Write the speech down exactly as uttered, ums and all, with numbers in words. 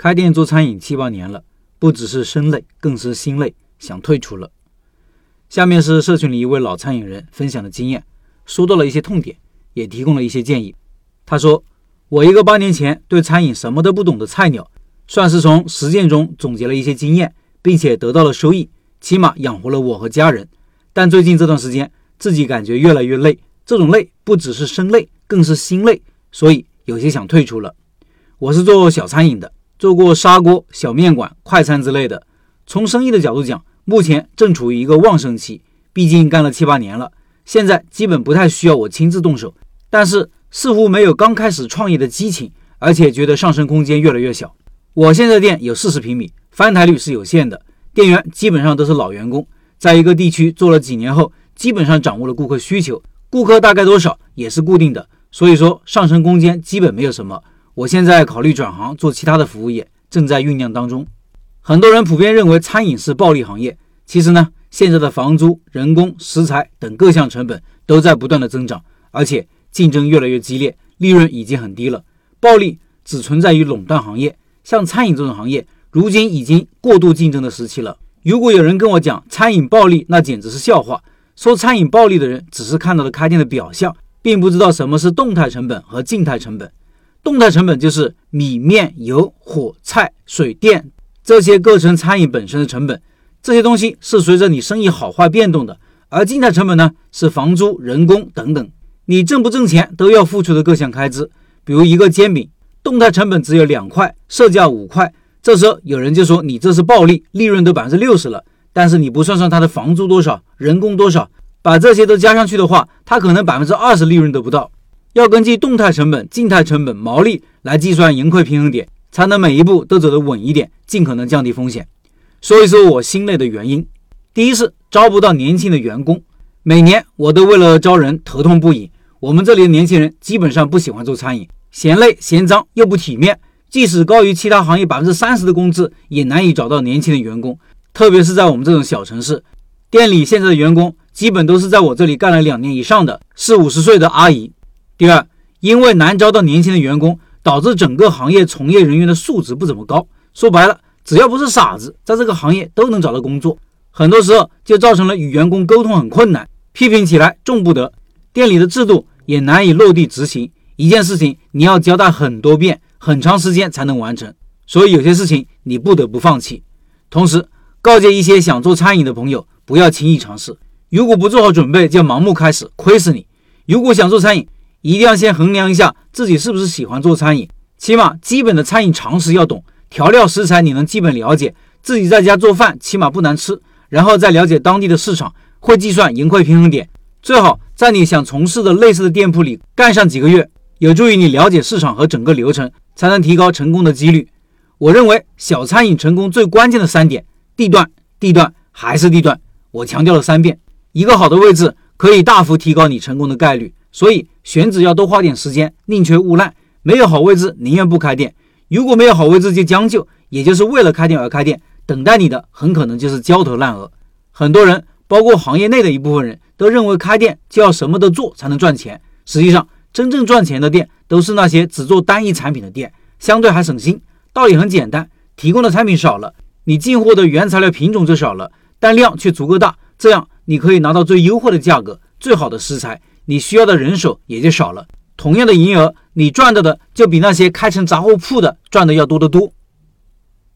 开店做餐饮七八年了，不只是身累，更是心累，想退出了。下面是社群里一位老餐饮人分享的经验，说到了一些痛点，也提供了一些建议。他说，我一个八年前对餐饮什么都不懂的菜鸟，算是从实践中总结了一些经验，并且得到了收益，起码养活了我和家人。但最近这段时间自己感觉越来越累，这种累不只是身累，更是心累，所以有些想退出了。我是做小餐饮的，做过砂锅、小面馆、快餐之类的。从生意的角度讲，目前正处于一个旺盛期，毕竟干了七八年了，现在基本不太需要我亲自动手，但是似乎没有刚开始创业的激情，而且觉得上升空间越来越小。我现在店有四十平米，翻台率是有限的，店员基本上都是老员工，在一个地区做了几年后，基本上掌握了顾客需求，顾客大概多少也是固定的，所以说上升空间基本没有什么。我现在考虑转行做其他的服务业，正在酝酿当中。很多人普遍认为餐饮是暴利行业，其实呢，现在的房租、人工、食材等各项成本都在不断的增长，而且竞争越来越激烈，利润已经很低了。暴利只存在于垄断行业，像餐饮这种行业，如今已经过度竞争的时期了。如果有人跟我讲餐饮暴利，那简直是笑话。说餐饮暴利的人只是看到了开店的表象，并不知道什么是动态成本和静态成本。动态成本就是米、面、油、火、菜、水电，这些构成餐饮本身的成本，这些东西是随着你生意好坏变动的。而静态成本呢，是房租、人工等等，你挣不挣钱都要付出的各项开支。比如一个煎饼，动态成本只有两块，设价五块，这时候有人就说你这是暴利，利润都 百分之六十 了，但是你不算上他的房租多少，人工多少，把这些都加上去的话，他可能 百分之二十 利润都不到。要根据动态成本、静态成本、毛利来计算盈亏平衡点，才能每一步都走得稳一点，尽可能降低风险。说一说我心累的原因。第一是招不到年轻的员工，每年我都为了招人头痛不已。我们这里的年轻人基本上不喜欢做餐饮，嫌累嫌脏又不体面，即使高于其他行业 百分之三十 的工资，也难以找到年轻的员工，特别是在我们这种小城市。店里现在的员工基本都是在我这里干了两年以上的四五十岁的阿姨。第二，因为难招到年轻的员工，导致整个行业从业人员的素质不怎么高。说白了，只要不是傻子，在这个行业都能找到工作。很多时候就造成了与员工沟通很困难，批评起来重不得，店里的制度也难以落地执行。一件事情你要交代很多遍，很长时间才能完成，所以有些事情你不得不放弃。同时告诫一些想做餐饮的朋友，不要轻易尝试，如果不做好准备就盲目开始，亏死你。如果想做餐饮，一定要先衡量一下自己是不是喜欢做餐饮，起码基本的餐饮常识要懂，调料食材你能基本了解，自己在家做饭起码不难吃，然后再了解当地的市场，会计算盈亏平衡点，最好在你想从事的类似的店铺里干上几个月，有助于你了解市场和整个流程，才能提高成功的几率。我认为小餐饮成功最关键的三点，地段、地段还是地段，我强调了三遍。一个好的位置可以大幅提高你成功的概率，所以选址要多花点时间，宁缺毋滥。没有好位置宁愿不开店，如果没有好位置就将就，也就是为了开店而开店，等待你的很可能就是焦头烂额。很多人包括行业内的一部分人都认为开店就要什么都做才能赚钱，实际上真正赚钱的店都是那些只做单一产品的店，相对还省心。道理很简单，提供的产品少了，你进货的原材料品种就少了，但量却足够大，这样你可以拿到最优惠的价格，最好的食材，你需要的人手也就少了，同样的营业额，你赚到的就比那些开成杂货铺的赚的要多得多。